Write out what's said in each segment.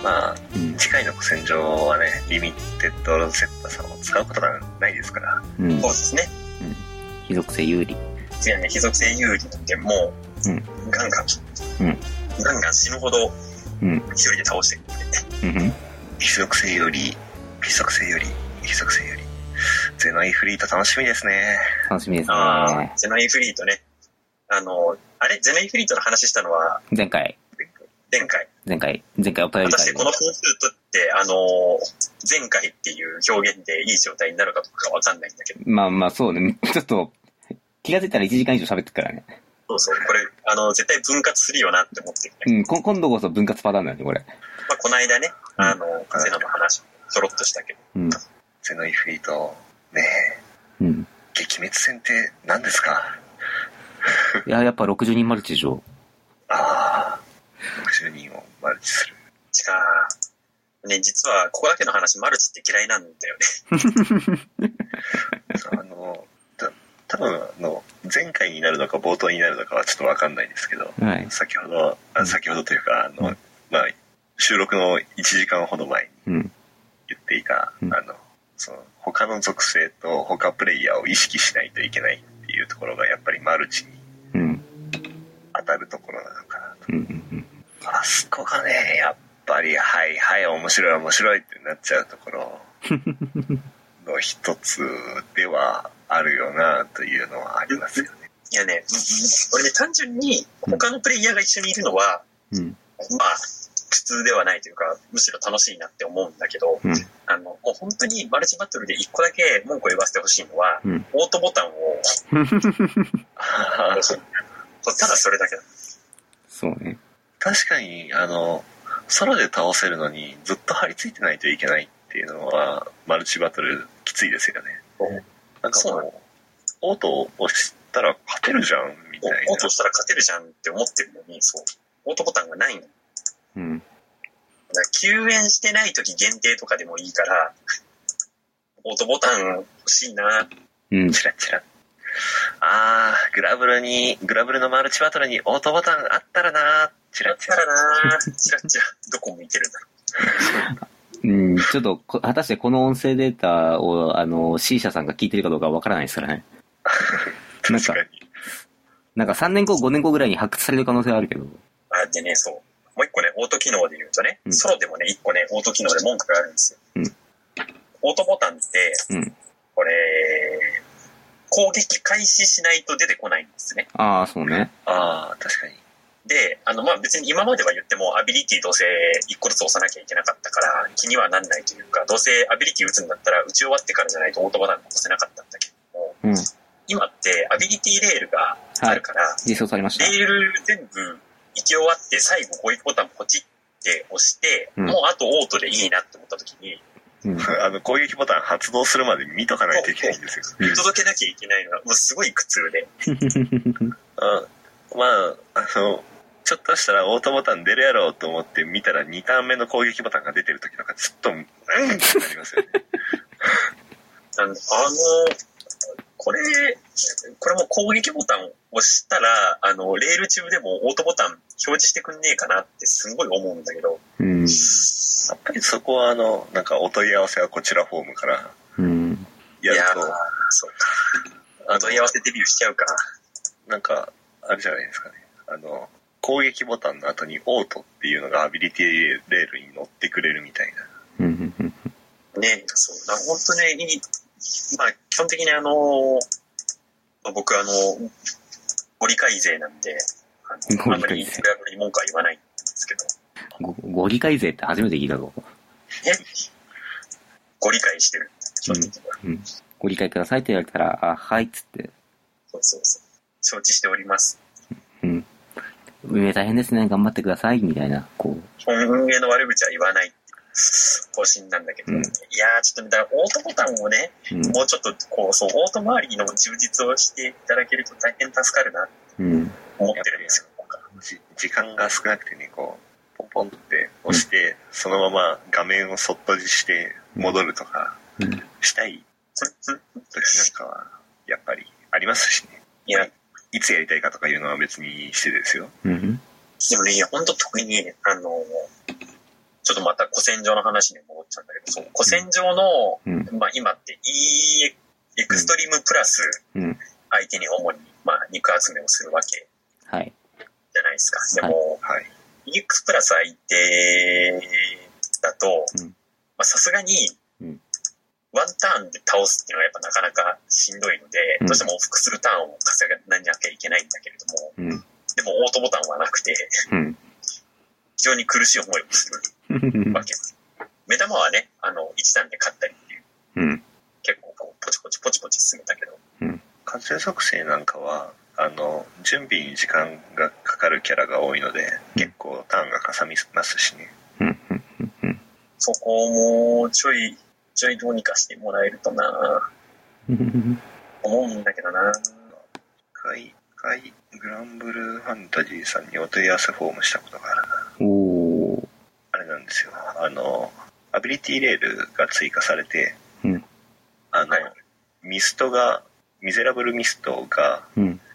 まあ、次回の戦場はね、リミテッドロゼッタさんを使うことがないですから。 そうですね。非属性有利。 次はね、非属性有利なんで、もう、ガンガン死ぬほど、一人で倒してくれて。 非属性有利、非属性有利、非属性有利。ゼノイフリート楽しみですね。 楽しみですね。 ゼノイフリートね。あれゼノイフリートの話したのは前回お便り会。 果たしてこの分数とって、前回っていう表現でいい状態になるかどうかわかんないんだけど。 まあそうね。ちょっと、気がついたら1時間以上喋ってるからね。 そう。これ、絶対分割するよなって思ってるね。 今度こそ分割パターンだよね、これ。 まあ、この間ね、ゼノの話もちょろっとしたけど。 ゼノイフリート、ね撃滅戦って何ですか？ いや、やっぱ60人マルチでしょ。 60人をマルチする。 ね、実はここだけの話、マルチって嫌いなんだよね。 多分前回になるのか冒頭になるのかはちょっと分かんないですけど、先ほどというかまあ、収録の1時間ほど前に言っていた、その他の属性と他プレイヤーを意識しないといけないっていうところがやっぱりマルチに当たるところなのかなと。あそこがね、やっぱりはい面白いってなっちゃうところの一つではあるよなというのはありますよね。 いやね、俺ね、単純に他のプレイヤーが一緒にいるのは、まあ苦痛ではないというか、むしろ楽しいなって思うんだけど、もう本当にマルチバトルで一個だけ文句を言わせてほしいのは、オートボタンをただそれだけだ。 そうね。 確かにソロで倒せるのにずっと張り付いてないといけないっていうのはマルチバトルきついですよね。なんかもうオートを押したら勝てるじゃんみたいな。 オートしたら勝てるじゃんって思ってるのに、オートボタンがないの。救援してない時限定とかでもいいから、オートボタン欲しいな。 チラチラ。グラブルのマルチバトルにオートボタンあったらな。チラチラ。 どこ向いてるんだろう。ちょっと果たしてこの音声データをC 社さんが聞いてるかどうかわからないですからね。 確かに。 なんか3年後5年後ぐらいに発掘される可能性はあるけど。 でね、そう。もう一個ね、オート機能で言うとね、ソロでもね、一個ね、オート機能で文句があるんですよ。オートボタンって、これ、攻撃開始しないと出てこないんですね。 そうね。 確かに。 で、まあ別に今までは言っても、アビリティどうせ一個ずつ押さなきゃいけなかったから、気にはなんないというか、どうせアビリティ打つんだったら、打ち終わってからじゃないとオートボタンが押せなかったんだけども、今ってアビリティレールがあるから、 実装されました。 レール全部行き終わって、最後攻撃ボタンポチって押して、もうあとオートでいいなって思った時に、 攻撃ボタン発動するまで見とかないといけないんですよ。 見届けなきゃいけないのが、もうすごい苦痛で。 ちょっとしたらオートボタン出るやろうと思って見たら2ターン目の攻撃ボタンが出てる時とかずっとってなりますよね。 これも攻撃ボタンを押したら、レール中でもオートボタン表示してくんねえかなってすごい思うんだけど。 やっぱりそこはなんかお問い合わせはこちらフォームからやると。そうか。お問い合わせデビューしちゃうか。なんか、あれじゃないですかね。攻撃ボタンの後にオートっていうのがアビリティレールに乗ってくれるみたいな。ね、そう。本当ね、まあ、基本的に僕ゴリ改税なんで、あんまりグラブに文句は言わないんですけど。 ゴリ改税って初めて聞いたぞ。 ご理解してる。正直は。 ご理解くださいって言われたら、はいっつって。そう。 承知しております。 運営大変ですね、頑張ってください、みたいな、 運営の悪口は言わない方針なんだけど、いやー、ちょっと、だからオートボタンをね、もうちょっと、オート周りの充実をしていただけると大変助かるな、思ってるんですよ。時間が少なくてね、ポンポンって押して、そのまま画面をそっとして戻るとか、したい時なんかは、やっぱりありますしね。いつやりたいかとかいうのは別にしてですよ。でもね、本当特に、 ちょっとまた古戦場の話に戻っちゃうんだけど、そう古戦場の、まあ今って エクストリームプラス相手に主に、まあ、肉集めをするわけじゃないですか。でも、EX プラス相手だと、さすがにワンターンで倒すっていうのはやっぱなかなかしんどいので、どうしても往復するターンを稼がなきゃいけないんだけれども、でもオートボタンはなくて、非常に苦しい思いをするわけです。目玉はね、1ターンで勝ったりっていう、結構こうポチポチ進めたけど、 完成属性なんかは準備に時間がかかるキャラが多いので、結構ターンがかさみますしね。 そこをもうちょいどうにかしてもらえるとな思うんだけどな。グランブルーファンタジーさんにお問い合わせフォームしたことがあるな。あれなんですよ。アビリティレールが追加されて、ミゼラブルミストが、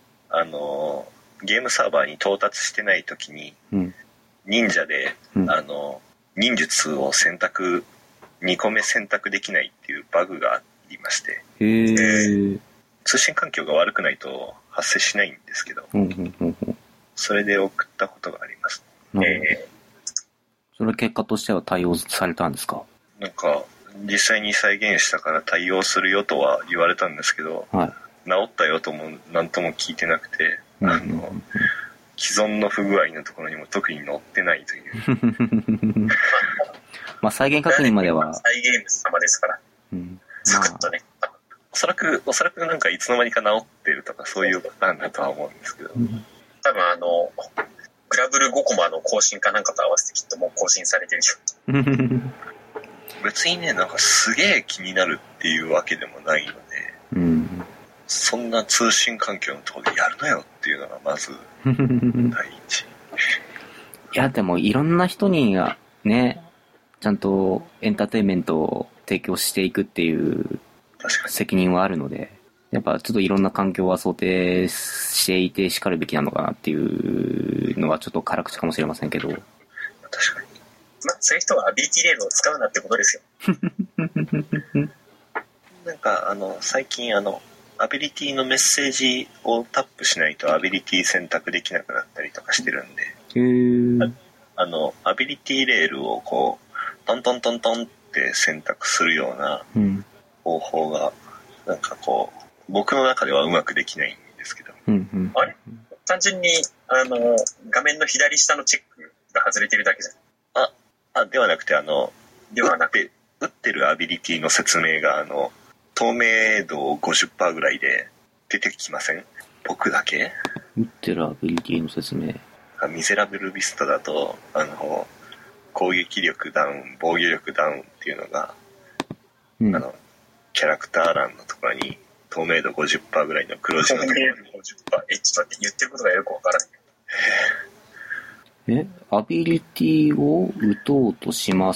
ゲームサーバーに到達してないときに、忍者で、忍術を2個目選択できないっていうバグがありまして、通信環境が悪くないと発生しないんですけど、それで送ったことがあります。 それ結果としては対応されたんですか？ なんか実際に再現したから対応するよとは言われたんですけど、治ったよとも何とも聞いてなくて、既存の不具合のところにも特に載ってないというまあ再現確認までは再現様ですから、サクッとね、 おそらくなんかいつの間にか治ってるとかそういうパターンだとは思うんですけど、 多分グラブル5コマの更新かなんかと合わせてきっともう更新されてるでしょ別にね、なんかすげえ気になるっていうわけでもないので、そんな通信環境のところでやるなよっていうのがまず第一。 いやでもいろんな人にね、ちゃんとエンターテインメントを提供していくっていう責任はあるので、やっぱちょっといろんな環境は想定していてしかるべきなのかなっていうのはちょっと辛口かもしれませんけど。 確かに。 まあそういう人はアビリティレールを使うなってことですよ。 なんか最近アビリティのメッセージをタップしないとアビリティ選択できなくなったりとかしてるんで、アビリティレールをこうトントントントンって選択するような方法がなんかこう僕の中ではうまくできないんですけど、 あれ単純に画面の左下のチェックが外れてるだけじゃん。 ではなくて打ってるアビリティの説明が透明度 50% ぐらいで出てきません？僕だけ？ 打ってるアビリティの説明。 ミゼラブルビストだと攻撃力ダウン、防御力ダウンっていうのが、キャラクター欄のところに透明度 50% ぐらいの黒字のところに。透明度 50%？ ちょっと待って、言ってることがよくわからない。 アビリティを打とうとします。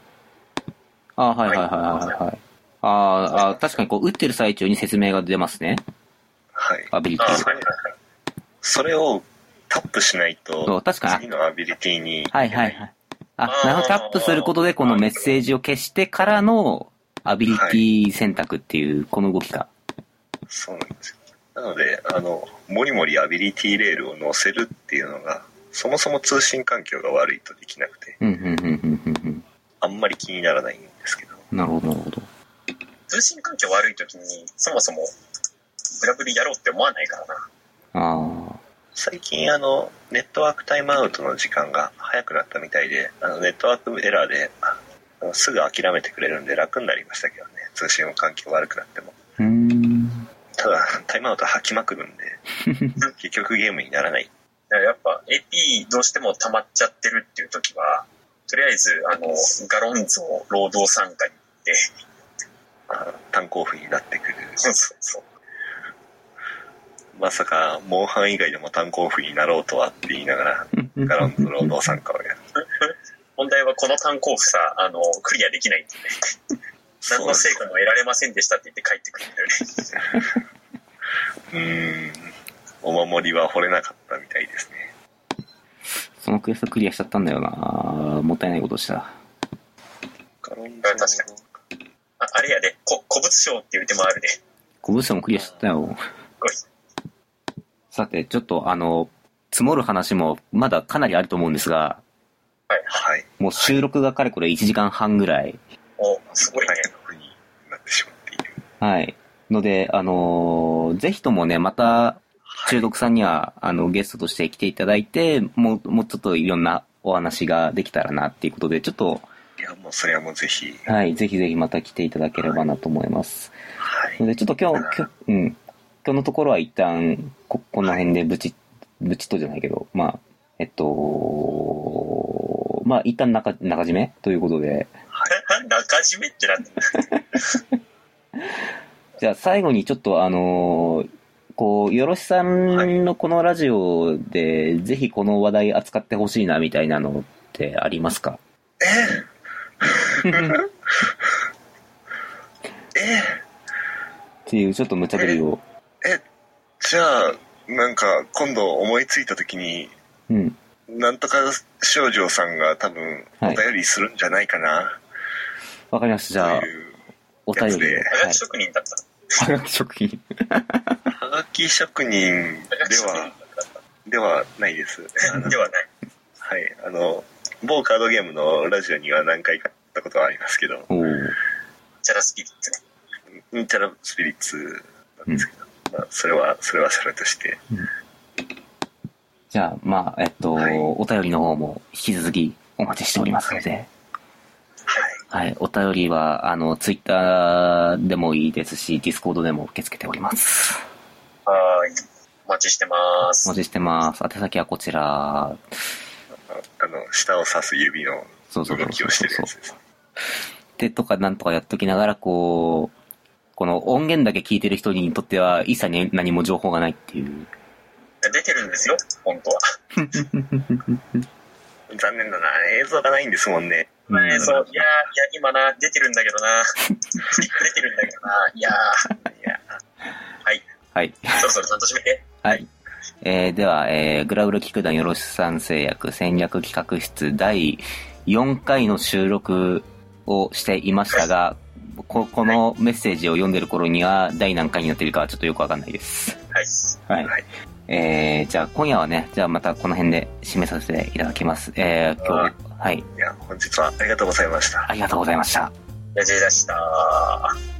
確かにこう打ってる最中に説明が出ますね。アビリティ。 それをタップしないと次のアビリティに。なるほど。 タップすることでこのメッセージを消してからのアビリティ選択っていうこの動きか。 そうなんですよ。なのでもりもりアビリティレールを載せるっていうのがそもそも通信環境が悪いとできなくて、あんまり気にならないんですけど。 なるほど。 通信環境悪い時にそもそもブラブルやろうって思わないからな。 最近ネットワークタイムアウトの時間が早くなったみたいで、ネットワークエラーですぐ諦めてくれるんで楽になりましたけどね、通信環境悪くなっても。ただタイムアウト吐きまくるんで結局ゲームにならない。 やっぱ AP どうしても溜まっちゃってるっていう時はとりあえずガロンゾー労働参加に行って炭鉱夫になってくる。 そうまさかモンハン以外でも炭鉱夫になろうとはって言いながらガロンゾー労働参加をやる。 問題はこの炭鉱夫さクリアできないんでね何の成果も得られませんでしたって言って帰ってくるんだよね。 お守りは掘れなかったみたいですね。 そそのクエストクリアしちゃったんだよな。もったいないことした。 確かに。あれやで、古物商っていう手もあるで。 古物商もクリアしちゃったよ。さて、ちょっと積もる話もまだかなりあると思うんですが、 はい。 もう収録がかれこれ1時間半ぐらい。 すごいね。 になってしまっている。 はい。ので、ぜひともね、また、中毒さんには、ゲストとして来ていただいて、もうちょっといろんなお話ができたらなっていうことで、ちょっと、 いや、もうそれはもうぜひ。 はい、ぜひぜひまた来ていただければなと思います。 はい。 ので、ちょっと今日のところは一旦、この辺でブチッとじゃないけど、まあ、一旦中締めということで。 中締めってなんだじゃあ最後にちょっとよろしさんのこのラジオで、ぜひこの話題扱ってほしいなみたいなのってありますか？っていうちょっと無茶ぶりを。 じゃあ、なんか今度思いついたときに、なんとか少女さんが多分お便りするんじゃないかな。 わかりました。じゃあ、お便りで。 はがき職人だった。 はがき職人。 はがき職人ではないです。 ではない。 はい。某カードゲームのラジオには何回かやったことはありますけど。 チャラスピリッツね。チャラスピリッツなんですけど。まあ、それはそれとして。 じゃあ、まあ、お便りの方も引き続きお待ちしておりますので。はい。お便りは、ツイッターでもいいですし、ディスコードでも受け付けております。 はい。お待ちしてます。 お待ちしてます。宛先はこちら。 下を指す指の動きをしてるやつです。 で、とかなんとかやっときながら、この音源だけ聞いてる人にとっては、一切何も情報がないっていう。 出てるんですよ、本当は。 残念だな。映像がないんですもんね。 映像、いや、今な、出てるんだけどな。出てるんだけどな。いや。はい。 はい。 そろそろちゃんと締めて。 はい。では、グラブル菊団よろしさん製薬戦略企画室第4回の収録をしていましたが、このメッセージを読んでる頃には第何回になっているかはちょっとよくわかんないです。はい。はい。じゃあ今夜はね、またこの辺で締めさせていただきます。今日、はい。 いや、本日はありがとうございました。 ありがとうございました。 やじでした。